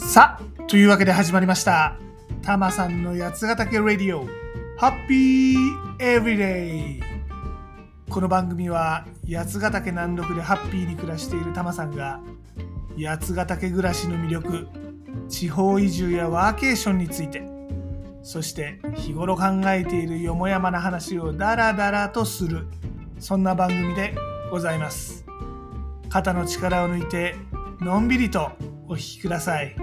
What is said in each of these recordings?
さあ、というわけで始まりました。たまさんの八ヶ岳ラディオ、ハッピーエブリデイ。この番組は八ヶ岳南麓でハッピーに暮らしているたまさんが、八ヶ岳暮らしの魅力、地方移住やワーケーションについて、そして日頃考えているよもやまな話をダラダラとする、そんな番組でございます。肩の力を抜いてのんびりとお聞きください。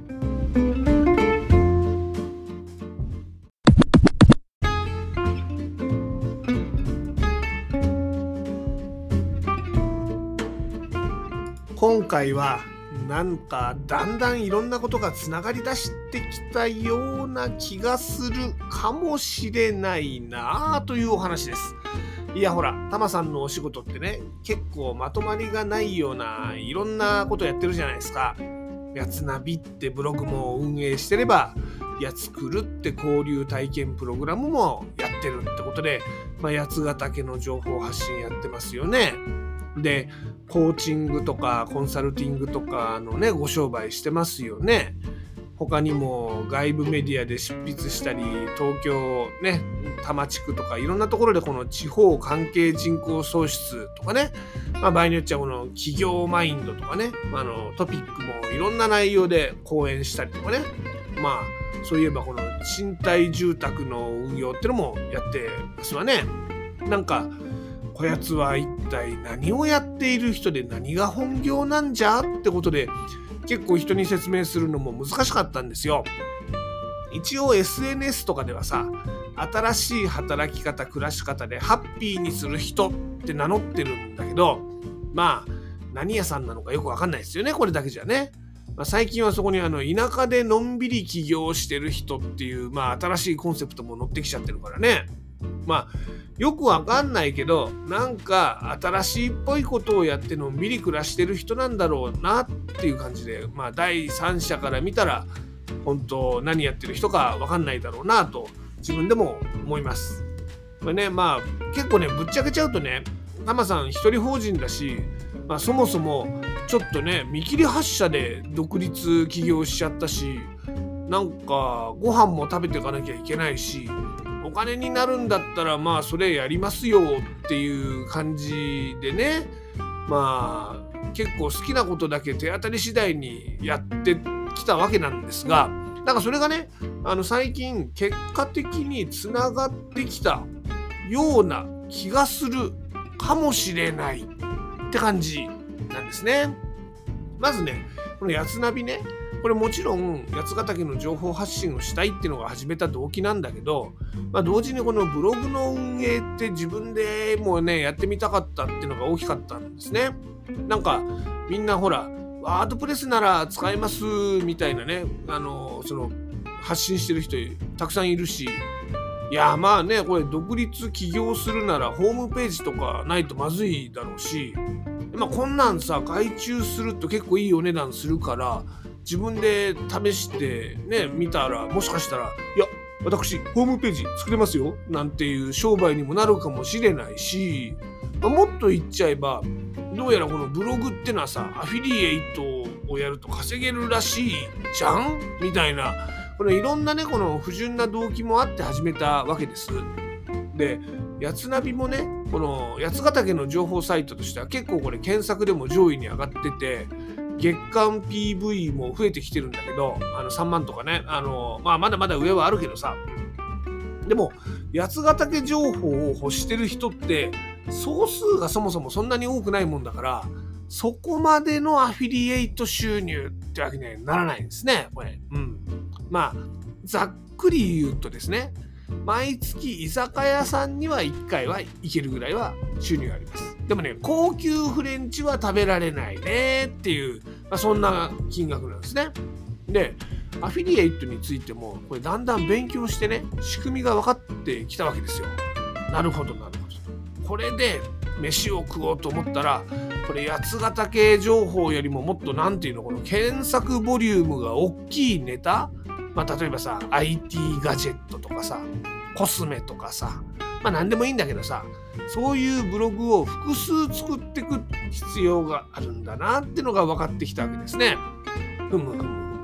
今回はなんかだんだんいろんなことがつながりだしてきたような気がするかもしれないなというお話です。いやほら、タマさんのお仕事ってね、結構まとまりがないようないろんなことやってるじゃないですか。やつナビってブログも運営してれば、やつくるって交流体験プログラムもやってるってことで、八ヶ岳の情報発信やってますよね。で、コーチングとかコンサルティングとかのね、ご商売してますよね。他にも外部メディアで執筆したり、東京ね、多摩地区とかいろんなところでこの地方関係人口創出とかね、場合によっちゃこの企業マインドとかね、トピックもいろんな内容で講演したりとかね、そういえばこの賃貸住宅の運用ってのもやってますわね。なんかこやつは一体何をやっている人で何が本業なんじゃってことで結構人に説明するのも難しかったんですよ。一応 SNS とかではさ、新しい働き方暮らし方でハッピーにする人って名乗ってるんだけど、何屋さんなのかよくわかんないですよね、これだけじゃね。最近はそこに田舎でのんびり起業してる人っていう新しいコンセプトも乗ってきちゃってるからね。よくわかんないけど、なんか新しいっぽいことをやってのんびり暮らしてる人なんだろうなっていう感じで、第三者から見たら本当何やってる人かわかんないだろうなと自分でも思います。これね、結構ね、ぶっちゃけちゃうとね、タマさん一人法人だし、そもそもちょっとね、見切り発車で独立起業しちゃったし、なんかご飯も食べていかなきゃいけないし、お金になるんだったらそれやりますよっていう感じでね、結構好きなことだけ手当たり次第にやってきたわけなんですが、なんかそれがね、最近結果的につながってきたような気がするかもしれないって感じなんですね。まずね、このやつナビね、これもちろん八ヶ岳の情報発信をしたいっていうのが始めた動機なんだけど、同時にこのブログの運営って自分でもねやってみたかったっていうのが大きかったんですね。なんかみんなほらワードプレスなら使えますみたいなね、その発信してる人たくさんいるし、いやこれ独立起業するならホームページとかないとまずいだろうし、こんなんさ外注すると結構いいお値段するから、自分で試してね見たら、もしかしたらいや私ホームページ作れますよなんていう商売にもなるかもしれないし、もっと言っちゃえばどうやらこのブログってのはさ、アフィリエイトをやると稼げるらしいじゃんみたいな、これいろんなねこの不純な動機もあって始めたわけです。で、やつナビもね、この八ヶ岳の情報サイトとしては結構これ検索でも上位に上がってて、月間 PV も増えてきてるんだけど、3万とかね、まだまだ上はあるけどさ、でも八ヶ岳情報を欲してる人って総数がそもそもそんなに多くないもんだから、そこまでのアフィリエイト収入ってわけにはならないんですね、これ。ざっくり言うとですね、毎月居酒屋さんには1回は行けるぐらいは収入があります。でもね、高級フレンチは食べられないねっていう、そんな金額なんですね。で、アフィリエイトについてもこれだんだん勉強してね、仕組みが分かってきたわけですよ。なるほど。これで飯を食おうと思ったら、これ八ヶ岳情報よりももっとこの検索ボリュームが大きいネタ、例えばさ IT ガジェットとかさコスメとかさ、何でもいいんだけどさ、そういうブログを複数作っていく必要があるんだなってのが分かってきたわけですね。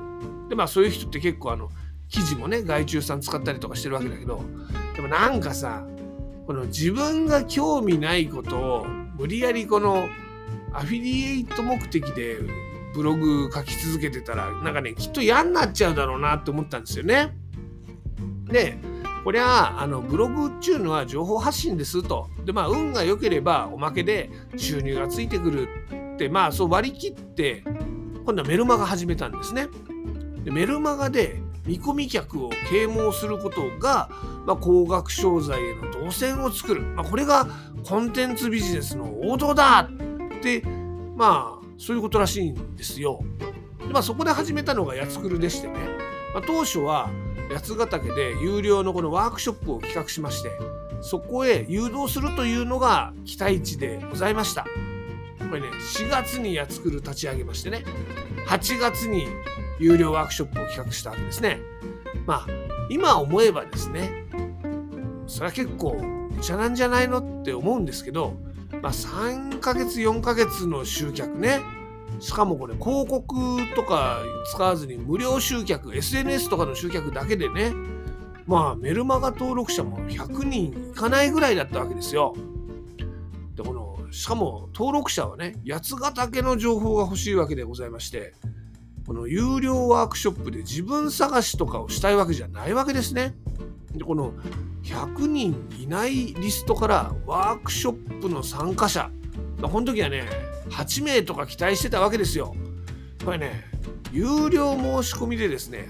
でそういう人って結構記事もね外注さん使ったりとかしてるわけだけど、でもなんかさ、この自分が興味ないことを無理やりこのアフィリエイト目的でブログ書き続けてたらなんかねきっと嫌になっちゃうだろうなって思ったんですよね。でこれはブログっていうのは情報発信ですと。で運が良ければおまけで収入がついてくるってそう割り切って今度はメルマガ始めたんですね。でメルマガで見込み客を啓蒙することが、高額商材への動線を作る、これがコンテンツビジネスの王道だってそういうことらしいんですよ。でそこで始めたのがやつくるでしてね、当初は八ヶ岳で有料のこのワークショップを企画しまして、そこへ誘導するというのが期待値でございました。これね4月にやつくる立ち上げましてね、8月に有料ワークショップを企画したわけですね。今思えばですね、それは結構無茶なんじゃないのって思うんですけど、3ヶ月4ヶ月の集客ね、しかもこれ広告とか使わずに無料集客、 SNS とかの集客だけでね、メルマガ登録者も100人いかないぐらいだったわけですよ。でしかも登録者はね八ヶ岳の情報が欲しいわけでございまして、この有料ワークショップで自分探しとかをしたいわけじゃないわけですね。でこの100人いないリストからワークショップの参加者、この時はね8名とか期待してたわけですよ。これね有料申し込みでですね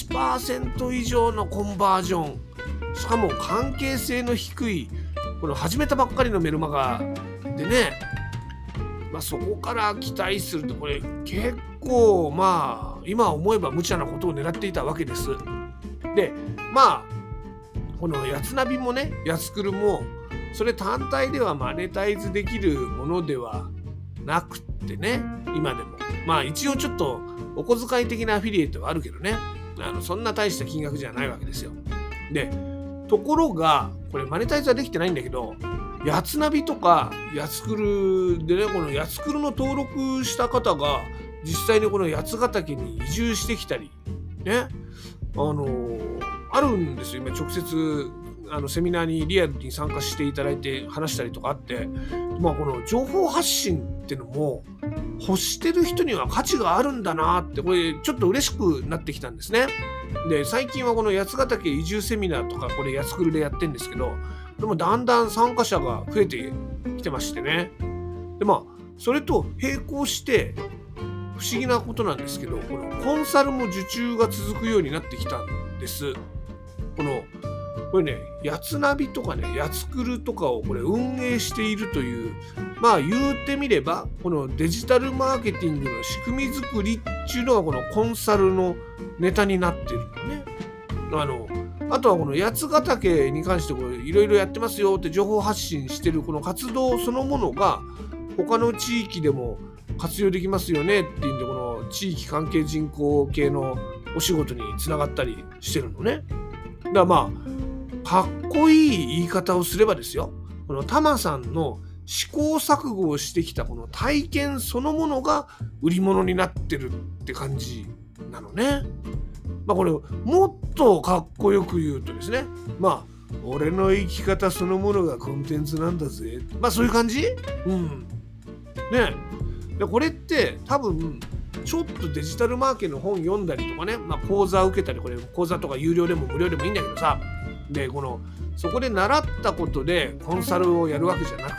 8% 以上のコンバージョン、しかも関係性の低いこの始めたばっかりのメルマガでね、そこから期待するとこれ結構今思えば無茶なことを狙っていたわけです。でこのやつナビもねやつくるもそれ単体ではマネタイズできるものではなくってね、今でも一応ちょっとお小遣い的なアフィリエイトはあるけどね、そんな大した金額じゃないわけですよ。でところがこれマネタイズはできてないんだけど、やつナビとかやつくるでね、このやつくるの登録した方が実際にこの八ヶ岳に移住してきたりね、あるんですよ。今直接セミナーにリアルに参加していただいて話したりとかあって、この情報発信ってのも欲してる人には価値があるんだなって、これちょっと嬉しくなってきたんですね。で最近はこの八ヶ岳移住セミナーとかこれやつくるでやってるんですけど、でもだんだん参加者が増えてきてましてね。でそれと並行して不思議なことなんですけど、このコンサルも受注が続くようになってきたんです。これねやつナビとかねやつくるとかをこれ運営しているという、言うてみればこのデジタルマーケティングの仕組み作りっていうのがこのコンサルのネタになってるのね。あとはこの八ヶ岳に関していろいろやってますよって情報発信してるこの活動そのものが他の地域でも活用できますよねっていうんで、この地域関係人口系のお仕事につながったりしてるのね。だからかっこいい言い方をすればですよ、このタマさんの試行錯誤をしてきたこの体験そのものが売り物になってるって感じなのね。これもっとかっこよく言うとですね、俺の生き方そのものがコンテンツなんだぜ、そういう感じ。ねでこれって多分ちょっとデジタルマーケの本読んだりとかね、講座を受けたり、これ講座とか有料でも無料でもいいんだけどさ、でそこで習ったことでコンサルをやるわけじゃなくって、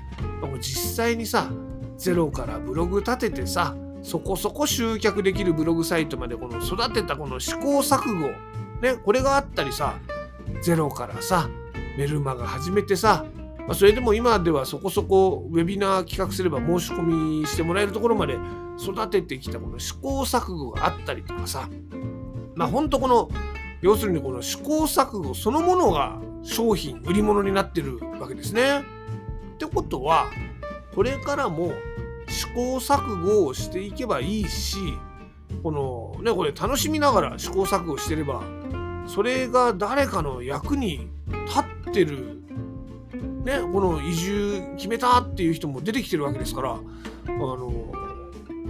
実際にさゼロからブログ立ててさ、そこそこ集客できるブログサイトまでこの育てたこの試行錯誤ね、これがあったりさ、ゼロからさメルマガ始めてさ、それでも今ではそこそこウェビナー企画すれば申し込みしてもらえるところまで育ててきたこの試行錯誤があったりとかさ、本当この要するにこの試行錯誤そのものが商品売り物になってるわけですね。ってことはこれからも試行錯誤をしていけばいいし、これ楽しみながら試行錯誤してればそれが誰かの役に立ってるね、この移住決めたっていう人も出てきてるわけですから、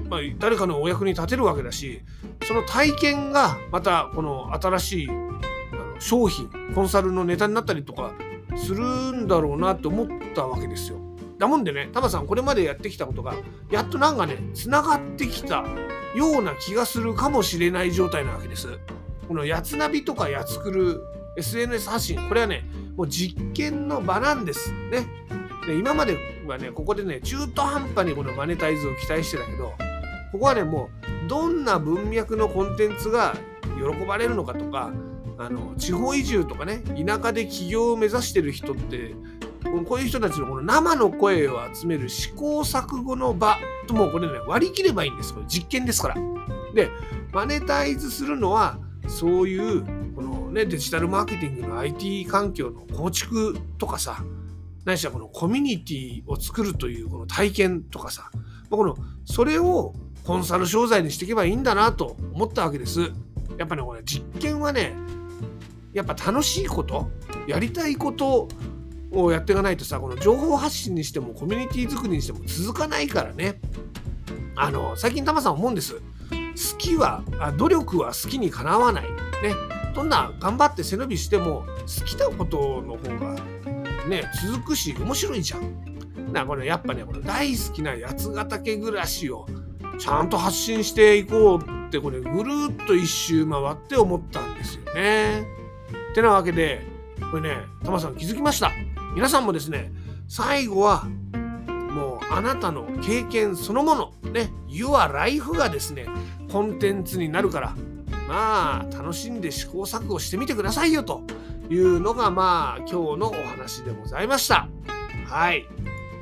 誰かのお役に立てるわけだし、その体験がまたこの新しい商品コンサルのネタになったりとかするんだろうなと思ったわけですよ。だもんでね、タマさんこれまでやってきたことがやっとなんかねつながってきたような気がするかもしれない状態なわけです。このやつナビとかやつくる SNS 発信、これはねもう実験の場なんですね。で今まではねここでね中途半端にこのマネタイズを期待してたけど、ここはねもうどんな文脈のコンテンツが喜ばれるのかとか、地方移住とかね田舎で起業を目指してる人ってこういう人たちのこの生の声を集める試行錯誤の場ともこれね割り切ればいいんです。これ実験ですから。でマネタイズするのはそういうこのねデジタルマーケティングの IT 環境の構築とかさ、ないしはこのコミュニティを作るというこの体験とかさ、それをコンサル商材にしていけばいいんだなと思ったわけです。やっぱねこれ実験はねやっぱ楽しいことやりたいことをやっていかないとさ、この情報発信にしてもコミュニティ作りにしても続かないからね。最近タマさん思うんです。努力は好きにかなわないね。どんな頑張って背伸びしても好きなことの方がね続くし面白いじゃん。これやっぱねこの大好きな八ヶ岳暮らしをちゃんと発信していこうってこれぐるっと一周回って思ったんですよね。てなわけでこれねタマさん気づきました。皆さんもですね最後はもうあなたの経験そのものね Your Life がですねコンテンツになるから、楽しんで試行錯誤してみてくださいよというのが今日のお話でございました。はい。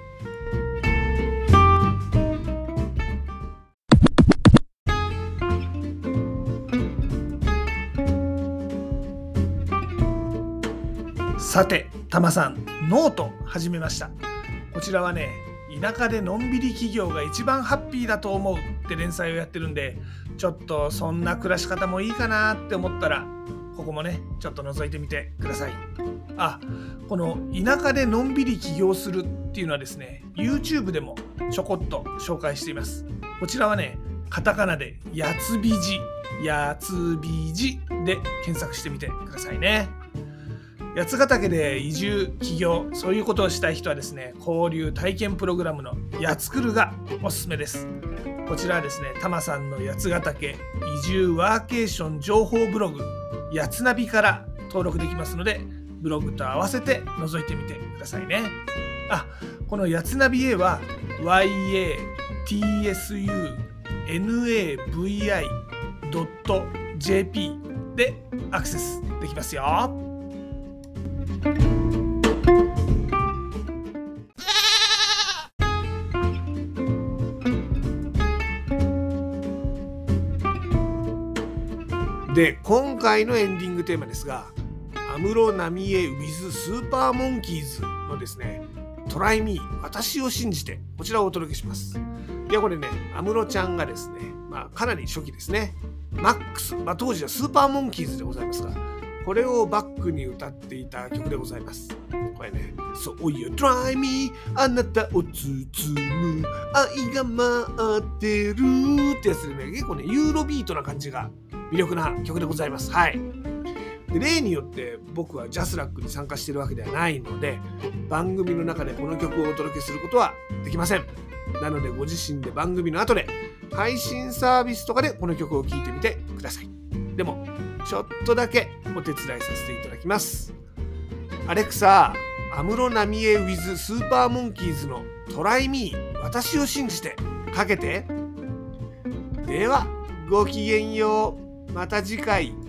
さてタマさんノート始めました。こちらはね田舎でのんびり企業が一番ハッピーだと思うって連載をやってるんで、ちょっとそんな暮らし方もいいかなって思ったらここもねちょっと覗いてみてください。この田舎でのんびり起業するっていうのはですね YouTube でもちょこっと紹介しています。こちらはねカタカナでやつびじで検索してみてくださいね。八ヶ岳で移住起業そういうことをしたい人はですね交流体験プログラムのやつくるがおすすめです。こちらはですねタマさんの八ヶ岳移住ワーケーション情報ブログやつナビから登録できますので、ブログと合わせて覗いてみてくださいね。このやつナビ A は yatsunavi.jp でアクセスできますよ。で今回のエンディングテーマですが、安室奈美恵 with スーパーモンキーズのですねトライミー私を信じて、こちらをお届けします。これね安室ちゃんがですねかなり初期ですねマックス、当時はスーパーモンキーズでございますが、これをバックに歌っていた曲でございます。これね、そういう Try me あなたを包む愛が待ってるってやつでね、結構ねユーロビートな感じが魅力な曲でございます。はい。で例によって僕はジャスラックに参加しているわけではないので、番組の中でこの曲をお届けすることはできません。なのでご自身で番組の後で配信サービスとかでこの曲を聴いてみてください。でもちょっとだけお手伝いさせていただきます。アレクサ、安室奈美恵 with スーパーモンキーズのトライミー私を信じてかけて。ではごきげんよう。また次回。